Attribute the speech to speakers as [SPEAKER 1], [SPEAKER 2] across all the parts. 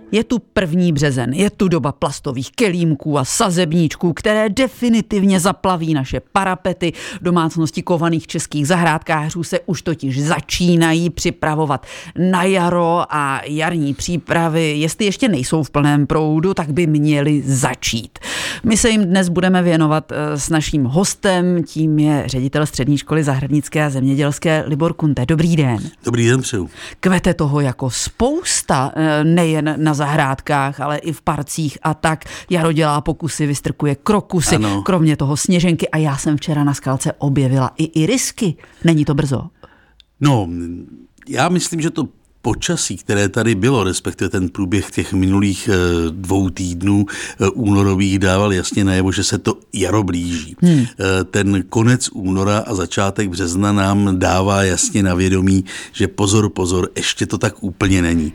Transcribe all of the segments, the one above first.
[SPEAKER 1] Je tu 1. březen, je tu doba plastových kelímků a sazebníčků, které definitivně zaplaví naše parapety. Domácnosti kovaných českých zahrádkářů se už totiž začínají připravovat na jaro a jarní přípravy, jestli ještě nejsou v plném proudu, tak by měly začít. My se jim dnes budeme věnovat s naším hostem, tím je ředitel Střední školy zahradnické a zemědělské Libor Kunte. Dobrý den.
[SPEAKER 2] Dobrý den přeju.
[SPEAKER 1] Kvete toho jako spousta, nejen na zahrádkách, ale i v parcích a tak. Jaro dělá pokusy, vystrkuje krokusy, ano. Kromě toho sněženky a já jsem včera na skalce objevila i irysky. Není to brzo?
[SPEAKER 2] No, já myslím, že to počasí, které tady bylo, respektive ten průběh těch minulých 2 týdnů únorových dával jasně najevo, že se to jaro blíží. Ten konec února a začátek března nám dává jasně na vědomí, že pozor, ještě to tak úplně není.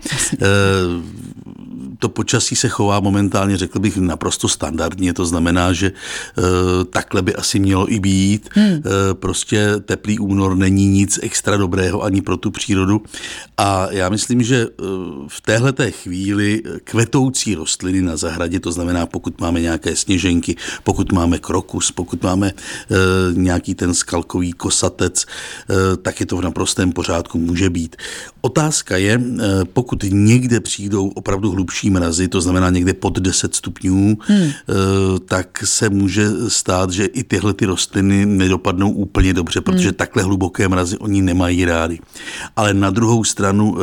[SPEAKER 2] To počasí se chová momentálně, řekl bych, naprosto standardně, to znamená, že takhle by asi mělo i být. Prostě teplý únor není nic extra dobrého ani pro tu přírodu a já myslím, že v téhleté chvíli kvetoucí rostliny na zahradě, to znamená, pokud máme nějaké sněženky, pokud máme krokus, pokud máme nějaký ten skalkový kosatec, tak je to v naprostém pořádku, může být. Otázka je, pokud někde přijdou opravdu hlubší mrazy, to znamená někde pod 10 stupňů, tak se může stát, že i tyhle ty rostliny nedopadnou úplně dobře, protože takhle hluboké mrazy oni nemají rádi. Ale na druhou stranu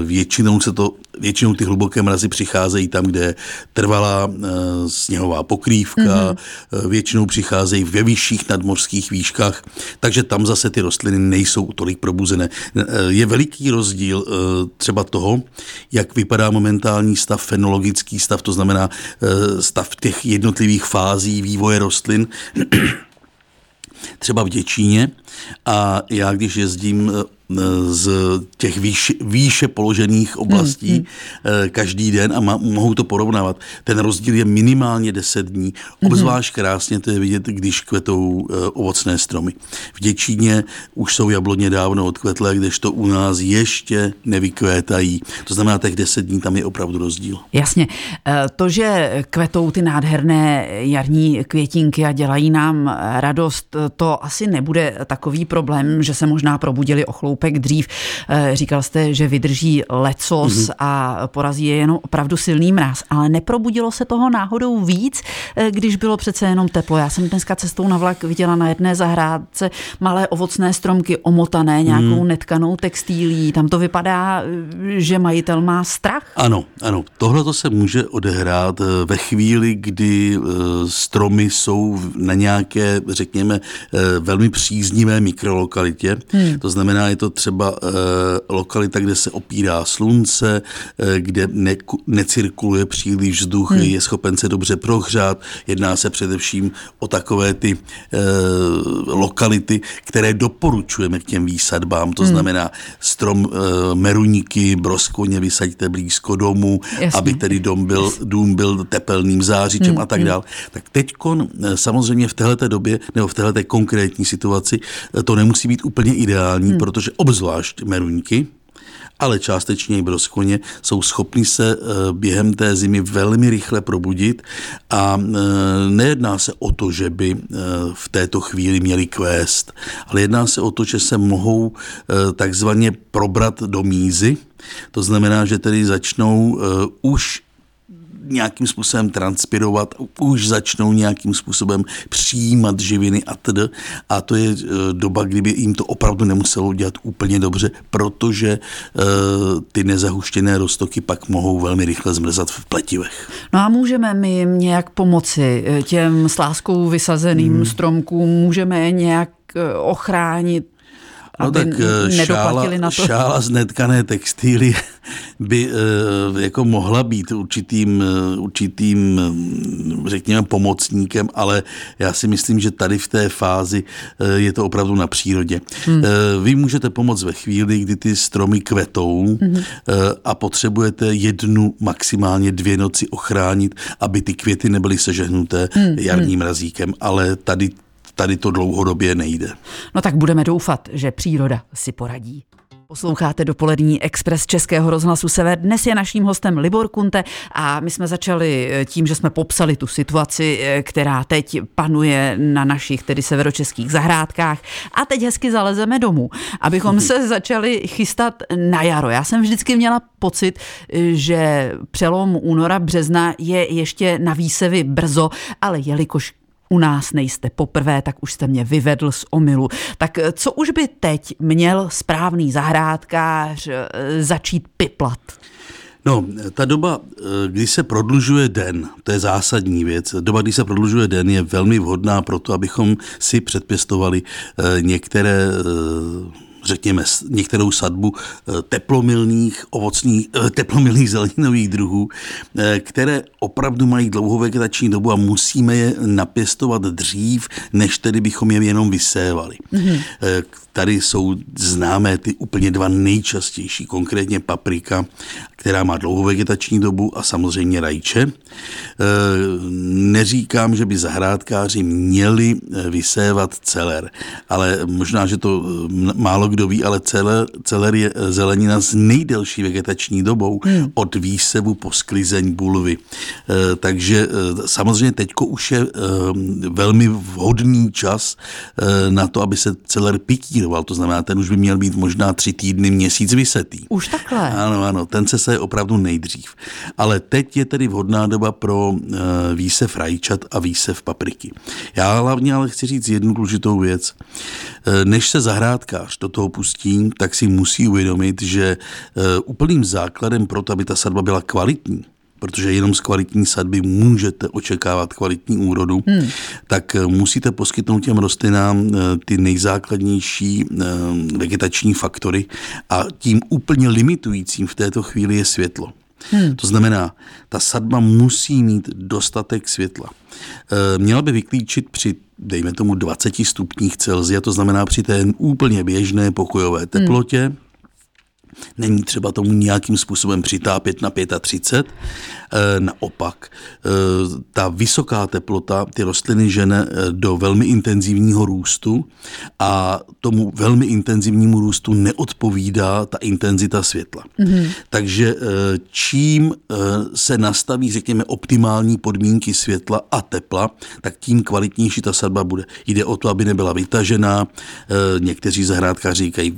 [SPEAKER 2] většinou ty hluboké mrazy přicházejí tam, kde je trvalá sněhová pokrývka, většinou přicházejí ve vyšších nadmořských výškách, takže tam zase ty rostliny nejsou tolik probuzené. Je veliký rozdíl třeba toho, jak vypadá momentální stav, fenologický stav, to znamená stav těch jednotlivých fází vývoje rostlin, třeba v Děčíně. A já, když jezdím z těch výše položených oblastí každý den a mohou to porovnávat. Ten rozdíl je minimálně 10 dní. Obzvlášť krásně to je vidět, když kvetou ovocné stromy. V Děčíně už jsou jabloně dávno odkvetlé, kdežto u nás ještě nevykvétají. To znamená, těch 10 dní tam je opravdu rozdíl.
[SPEAKER 1] Jasně. To, že kvetou ty nádherné jarní květinky a dělají nám radost, to asi nebude takový problém, že se možná probudili o chloupek dřív. Říkal jste, že vydrží lecos a porazí je jenom opravdu silný mráz, ale neprobudilo se toho náhodou víc, když bylo přece jenom teplo. Já jsem dneska cestou na vlak viděla na jedné zahrádce malé ovocné stromky omotané nějakou netkanou textílí. Tam to vypadá, že majitel má strach.
[SPEAKER 2] Ano. Tohle to se může odehrát ve chvíli, kdy stromy jsou na nějaké, řekněme, velmi příznivé mikrolokalitě. To znamená, je to třeba lokalita, kde se opírá slunce, kde necirkuluje příliš vzduch, je schopen se dobře prohřát. Jedná se především o takové ty lokality, které doporučujeme k těm výsadbám. To znamená strom meruníky, broskoně vysaďte blízko domu, aby tedy dům byl tepelným zářičem a tak dále. Tak teďkon samozřejmě v téhleté době nebo v téhleté konkrétní situaci to nemusí být úplně ideální, protože obzvlášť meruňky, ale částečně i broskoně jsou schopni se během té zimy velmi rychle probudit a nejedná se o to, že by v této chvíli měli kvést, ale jedná se o to, že se mohou takzvaně probrat do mízy, to znamená, že tedy začnou už nějakým způsobem transpirovat, už začnou nějakým způsobem přijímat živiny atd. A to je doba, kdyby jim to opravdu nemuselo dělat úplně dobře, protože ty nezahuštěné roztoky pak mohou velmi rychle zmrzat v pletivech.
[SPEAKER 1] No a můžeme my jim nějak pomoci těm s láskou vysazeným stromkům, můžeme je nějak ochránit?
[SPEAKER 2] No tak šála z netkané textíly by jako mohla být určitým, řekněme, pomocníkem, ale já si myslím, že tady v té fázi je to opravdu na přírodě. Vy můžete pomoct ve chvíli, kdy ty stromy kvetou a potřebujete 1, maximálně 2 noci ochránit, aby ty květy nebyly sežehnuté jarním mrazíkem, ale tady to dlouhodobě nejde.
[SPEAKER 1] No tak budeme doufat, že příroda si poradí. Posloucháte dopolední Express Českého rozhlasu Sever. Dnes je naším hostem Libor Kunte a my jsme začali tím, že jsme popsali tu situaci, která teď panuje na našich tedy severočeských zahrádkách a teď hezky zalezeme domů, abychom se začali chystat na jaro. Já jsem vždycky měla pocit, že přelom února, března je ještě na výsevy brzo, ale jelikož u nás nejste poprvé, tak už jste mě vyvedl z omylu. Tak co už by teď měl správný zahrádkář začít piplat?
[SPEAKER 2] No, ta doba, kdy se prodlužuje den, to je zásadní věc. Doba, kdy se prodlužuje den, je velmi vhodná pro to, abychom si předpěstovali některé řekněme, některou sadbu teplomilných zeleninových druhů, které opravdu mají dlouhou vegetační dobu a musíme je napěstovat dřív, než tedy bychom je jenom vysévali. Mm-hmm. Tady jsou známé ty úplně dva nejčastější, konkrétně paprika, která má dlouhou vegetační dobu a samozřejmě rajče. Neříkám, že by zahrádkáři měli vysévat celer, ale možná, že to málo kdo ví, ale celer je zelenina s nejdelší vegetační dobou od výsevu po sklizeň bulvy. Takže samozřejmě teďko už je velmi vhodný čas na to, aby se celer pikíroval. To znamená, ten už by měl být možná 3 týdny, měsíc vysetý.
[SPEAKER 1] Už takhle?
[SPEAKER 2] Ano, ten se seje opravdu nejdřív. Ale teď je tedy vhodná doba pro výsev rajčat a výsev papriky. Já hlavně ale chci říct jednu důležitou věc. Než se zahrádkář do toho pustí, tak si musí uvědomit, že úplným základem pro to, aby ta sadba byla kvalitní, protože jenom z kvalitní sadby můžete očekávat kvalitní úrodu, tak musíte poskytnout těm rostlinám ty nejzákladnější vegetační faktory a tím úplně limitujícím v této chvíli je světlo. To znamená, ta sadba musí mít dostatek světla. Měla by vyklíčit při, dejme tomu, 20 stupních Celsia, to znamená při té úplně běžné pokojové teplotě. Není třeba tomu nějakým způsobem přitápět na 35. Naopak, ta vysoká teplota ty rostliny žene do velmi intenzivního růstu a tomu velmi intenzivnímu růstu neodpovídá ta intenzita světla. Mm-hmm. Takže čím se nastaví, řekněme, optimální podmínky světla a tepla, tak tím kvalitnější ta sadba bude. Jde o to, aby nebyla vytažená, někteří zahrádkáři říkají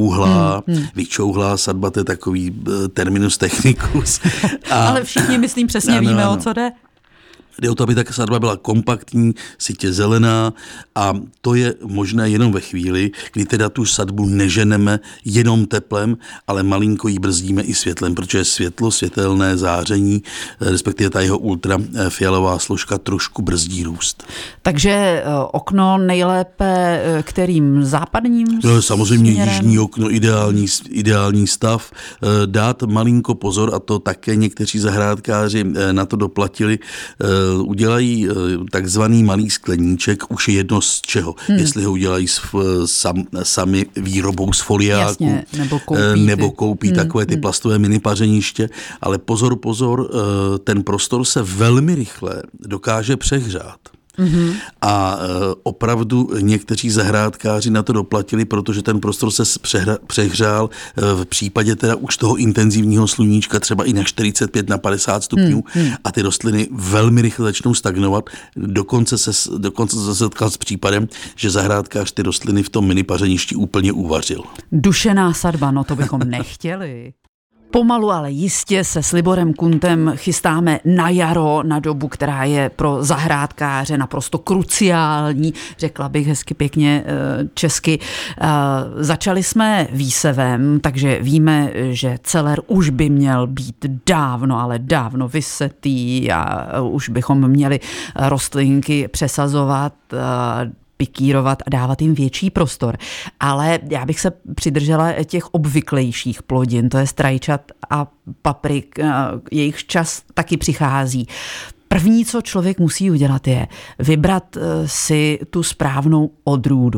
[SPEAKER 2] vyčouhlá sadba, to je takový terminus technicus.
[SPEAKER 1] Ale všichni, myslím, přesně víme, o co jde.
[SPEAKER 2] Jde o to, aby ta sadba byla kompaktní, sytě zelená a to je možné jenom ve chvíli, kdy teda tu sadbu neženeme jenom teplem, ale malinko ji brzdíme i světlem, protože světelné záření, respektive ta jeho ultrafialová složka trošku brzdí růst.
[SPEAKER 1] Takže okno nejlépe kterým západním
[SPEAKER 2] samozřejmě
[SPEAKER 1] směrem?
[SPEAKER 2] Jižní okno, ideální stav. Dát malinko pozor, a to také někteří zahrádkáři na to doplatili, udělají takzvaný malý skleníček, už je jedno z čeho. Jestli ho udělají sami výrobou z foliáku,
[SPEAKER 1] jasně, nebo koupí
[SPEAKER 2] takové ty plastové mini pařeniště, ale pozor, ten prostor se velmi rychle dokáže přehřát. Mm-hmm. A opravdu někteří zahrádkáři na to doplatili, protože ten prostor se přehřál v případě teda už toho intenzivního sluníčka třeba i na 45, na 50 stupňů a ty rostliny velmi rychle začnou stagnovat. Dokonce se setkal s případem, že zahrádkář ty rostliny v tom mini pařeništi úplně uvařil.
[SPEAKER 1] Dušená sadba, no to bychom nechtěli. Pomalu, ale jistě se s Liborem Kuntem chystáme na jaro, na dobu, která je pro zahrádkáře naprosto kruciální, řekla bych hezky pěkně česky. Začali jsme výsevem, takže víme, že celer už by měl být dávno, ale dávno vysetý a už bychom měli rostlinky přesazovat, pikírovat a dávat jim větší prostor. Ale já bych se přidržela těch obvyklejších plodin, to je rajčat a paprik, jejich čas taky přichází. První, co člověk musí udělat, je vybrat si tu správnou odrůdu a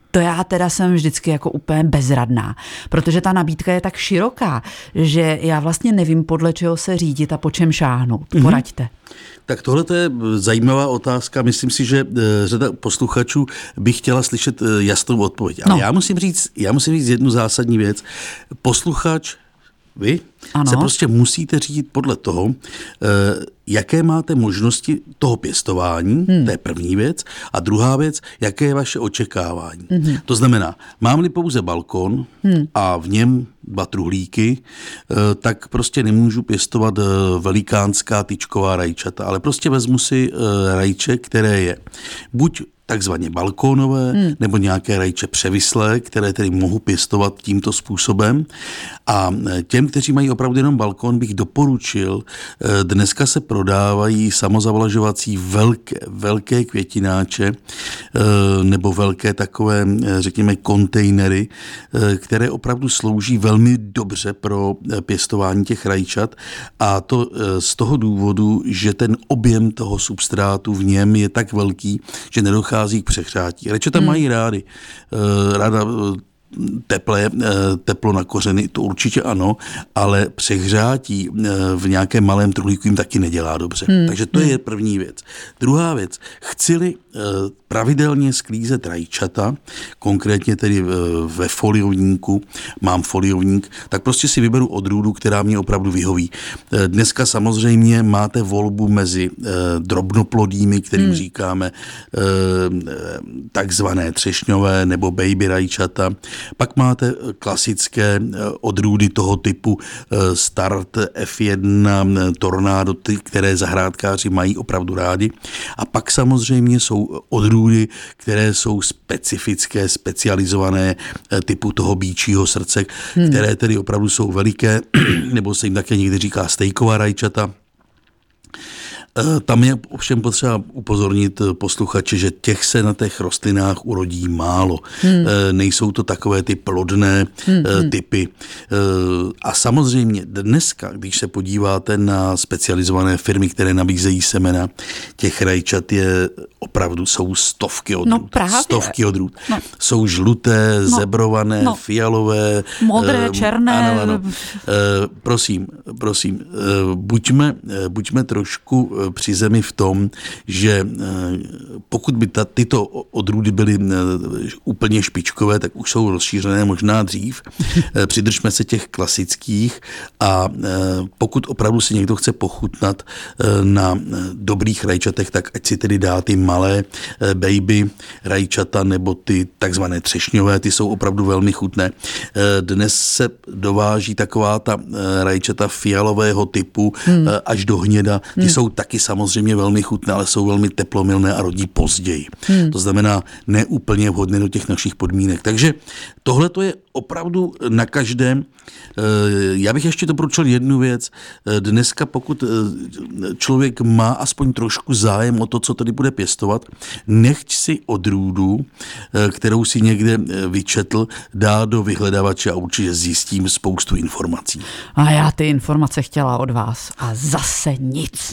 [SPEAKER 1] To já teda jsem vždycky jako úplně bezradná, protože ta nabídka je tak široká, že já vlastně nevím, podle čeho se řídit a po čem šáhnout. Poraďte.
[SPEAKER 2] Tak tohle je zajímavá otázka. Myslím si, že řada posluchačů by chtěla slyšet jasnou odpověď. Ale já musím říct jednu zásadní věc. Posluchač, vy se prostě musíte řídit podle toho, jaké máte možnosti toho pěstování, to je první věc, a druhá věc, jaké je vaše očekávání. To znamená, mám-li pouze balkon a v něm 2 truhlíky, tak prostě nemůžu pěstovat velikánská tyčková rajčata, ale prostě vezmu si rajče, které je buď takzvaně balkónové, nebo nějaké rajče převislé, které tedy mohu pěstovat tímto způsobem. A těm, kteří mají opravdu jenom balkón, bych doporučil, dneska se prodávají samozavlažovací velké květináče nebo velké takové, řekněme, kontejnery, které opravdu slouží velmi dobře pro pěstování těch rajčat, a to z toho důvodu, že ten objem toho substrátu v něm je tak velký, že nedochází k přehřátí. Rajčata mají ráda teplo na kořeny, to určitě ano, ale přehřátí v nějakém malém truhlíku jim taky nedělá dobře. Takže to je první věc. Druhá věc, chci-li pravidelně sklízet rajčata, konkrétně tedy ve foliovníku, mám foliovník, tak prostě si vyberu odrůdu, která mě opravdu vyhoví. Dneska samozřejmě máte volbu mezi drobnoplodými, kterým říkáme takzvané třešňové nebo baby rajčata. Pak máte klasické odrůdy toho typu Start, F1, Tornado, ty, které zahrádkáři mají opravdu rádi. A pak samozřejmě jsou odrůdy, které jsou specifické, specializované typu toho býčího srdce, které tedy opravdu jsou veliké, nebo se jim také někdy říká stejková rajčata. Tam je ovšem potřeba upozornit posluchače, že těch se na těch rostlinách urodí málo. Nejsou to takové ty plodné typy. A samozřejmě dneska, když se podíváte na specializované firmy, které nabízejí semena, těch rajčat jsou stovky odrůd. Stovky odrůd. Jsou žluté, zebrované, fialové.
[SPEAKER 1] Modré, černé.
[SPEAKER 2] Ano. Prosím, buďme trošku při zemi v tom, že pokud by tyto odrůdy byly úplně špičkové, tak už jsou rozšířené možná dřív. Přidržme se těch klasických, a pokud opravdu si někdo chce pochutnat na dobrých rajčatech, tak ať si tedy dá ty malé baby rajčata nebo ty takzvané třešňové, ty jsou opravdu velmi chutné. Dnes se dováží taková ta rajčata fialového typu až do hněda. Ty jsou taky samozřejmě velmi chutné, ale jsou velmi teplomilné a rodí později. To znamená neúplně vhodné do těch našich podmínek. Takže tohle to je opravdu na každém. Já bych ještě doporučil jednu věc. Dneska, pokud člověk má aspoň trošku zájem o to, co tady bude pěstovat, nechť si odrůdu, kterou si někde vyčetl, dá do vyhledávače a určitě zjistím spoustu informací.
[SPEAKER 1] A já ty informace chtěla od vás a zase nic.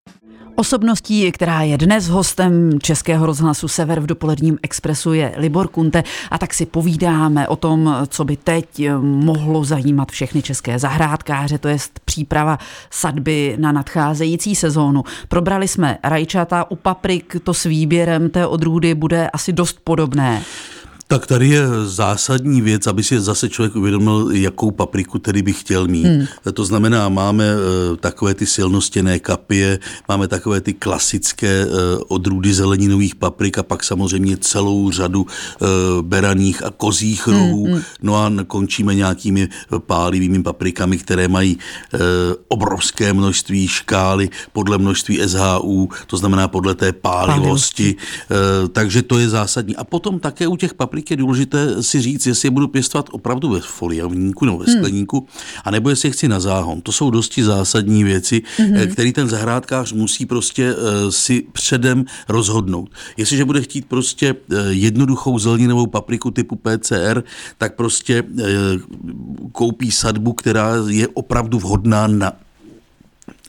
[SPEAKER 1] Osobností, která je dnes hostem Českého rozhlasu Sever v dopoledním expresu, je Libor Kunte, a tak si povídáme o tom, co by teď mohlo zajímat všechny české zahrádkáře, to jest příprava sadby na nadcházející sezónu. Probrali jsme rajčata, u paprik to s výběrem té odrůdy bude asi dost podobné.
[SPEAKER 2] Tak tady je zásadní věc, aby si zase člověk uvědomil, jakou papriku tedy by chtěl mít. To znamená, máme takové ty silnostěnné kapie, máme takové ty klasické odrůdy zeleninových paprik a pak samozřejmě celou řadu beraných a kozích rohů. No a končíme nějakými pálivými paprikami, které mají obrovské množství škály podle množství SHU, to znamená podle té pálivosti. Takže to je zásadní. A potom také u těch paprik je důležité si říct, jestli je budu pěstovat opravdu ve foliovníku nebo ve skleníku, anebo jestli je chci na záhon. To jsou dosti zásadní věci, které ten zahrádkář musí prostě si předem rozhodnout. Jestliže bude chtít prostě jednoduchou zeleninovou papriku typu PCR, tak prostě koupí sadbu, která je opravdu vhodná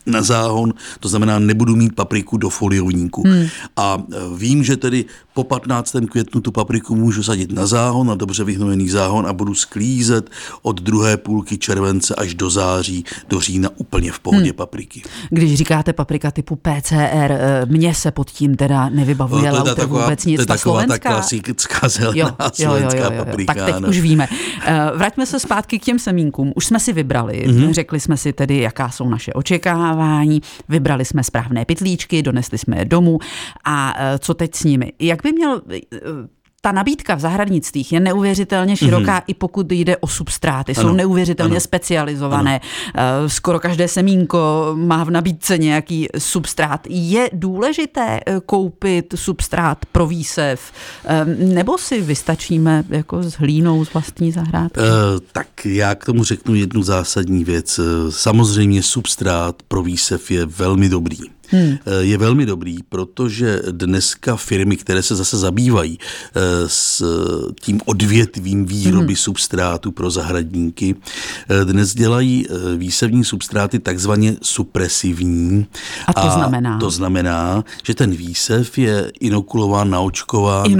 [SPEAKER 2] na záhon, to znamená, nebudu mít papriku do foliovníku. A vím, že tedy po 15. květnu tu papriku můžu sadit na záhon, na dobře vyhnojený záhon a budu sklízet od druhé půlky července až do září, do října úplně v pohodě papriky.
[SPEAKER 1] Když říkáte paprika typu PCR, mně se pod tím teda nevybavuje Lauter vůbec nic.
[SPEAKER 2] To je taková ta klasická zelená slovenská paprika.
[SPEAKER 1] Tak teď už víme. Vraťme se zpátky k těm semínkům. Už jsme si vybrali, řekli jsme si tedy, jaká jsou naše očekávání, vybrali jsme správné pytlíčky, donesli jsme je domů a co teď s nimi? Jak by měl... Ta nabídka v zahradnictvích je neuvěřitelně široká, i pokud jde o substráty. Jsou neuvěřitelně specializované. Skoro každé semínko má v nabídce nějaký substrát. Je důležité koupit substrát pro výsev, nebo si vystačíme jako s hlínou z vlastní zahrádky?
[SPEAKER 2] Tak já k tomu řeknu jednu zásadní věc. Samozřejmě substrát pro výsev je velmi dobrý. Je velmi dobrý, protože dneska firmy, které se zase zabývají s tím odvětvím výroby substrátu pro zahradníky, dnes dělají výsevní substráty takzvaně supresivní.
[SPEAKER 1] A to znamená?
[SPEAKER 2] To znamená, že ten výsev je inokulován, naočkován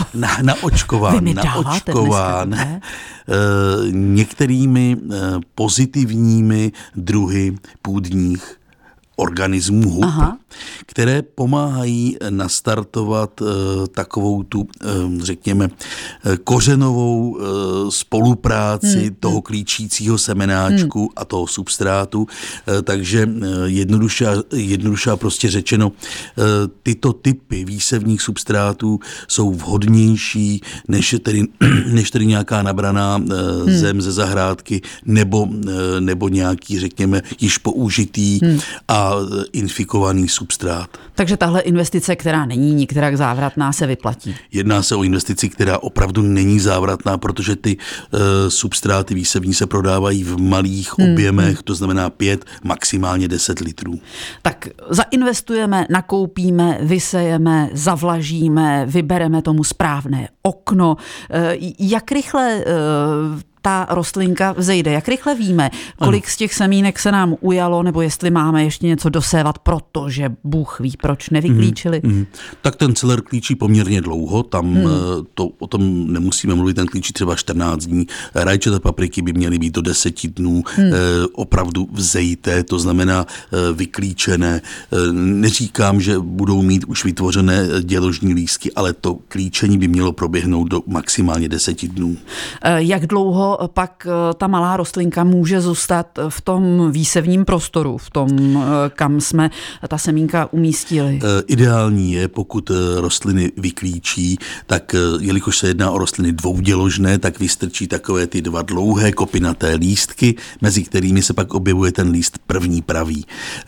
[SPEAKER 2] některými pozitivními druhy půdních organismů hub, které pomáhají nastartovat takovou tu, řekněme, kořenovou spolupráci toho klíčícího semenáčku a toho substrátu. Takže jednoduše prostě řečeno, tyto typy výsevních substrátů jsou vhodnější než tedy nějaká nabraná zem ze zahrádky nebo nějaký, řekněme, již použitý a infikovaný substrát.
[SPEAKER 1] Takže tahle investice, která není nikterak závratná, se vyplatí.
[SPEAKER 2] Jedná se o investici, která opravdu není závratná, protože ty substráty výsevní se prodávají v malých objemech, to znamená 5, maximálně 10 litrů.
[SPEAKER 1] Tak zainvestujeme, nakoupíme, vysejeme, zavlažíme, vybereme tomu správné okno. Jak rychle ta rostlinka vzejde? Jak rychle víme, kolik z těch semínek se nám ujalo, nebo jestli máme ještě něco dosévat, protože Bůh ví, proč nevyklíčili?
[SPEAKER 2] Tak ten celer klíčí poměrně dlouho, tam o tom nemusíme mluvit, ten klíčí třeba 14 dní. Rajčata papriky by měly být do 10 dnů opravdu vzejité, to znamená vyklíčené. Neříkám, že budou mít už vytvořené děložní lístky, ale to klíčení by mělo proběhnout do maximálně 10 dnů.
[SPEAKER 1] Jak dlouho pak ta malá rostlinka může zůstat v tom výsevním prostoru, v tom, kam jsme ta semínka umístili?
[SPEAKER 2] Ideální je, pokud rostliny vyklíčí, tak jelikož se jedná o rostliny dvouděložné, tak vystrčí takové ty 2 dlouhé kopinaté lístky, mezi kterými se pak objevuje ten líst první pravý.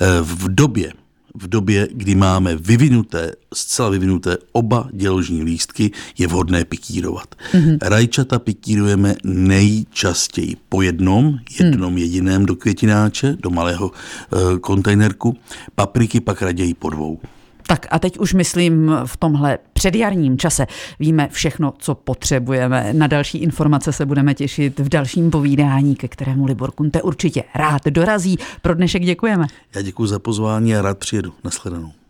[SPEAKER 2] V době, kdy máme zcela vyvinuté oba děložní lístky, je vhodné pikírovat. Rajčata pikírujeme nejčastěji po jednom jediném do květináče, do malého kontejnerku, papriky pak raději po 2.
[SPEAKER 1] Tak a teď už myslím v tomhle předjarním čase víme všechno, co potřebujeme. Na další informace se budeme těšit v dalším povídání, ke kterému Libor Kunte určitě rád dorazí. Pro dnešek děkujeme.
[SPEAKER 2] Já děkuji za pozvání a rád přijedu. Nashledanou.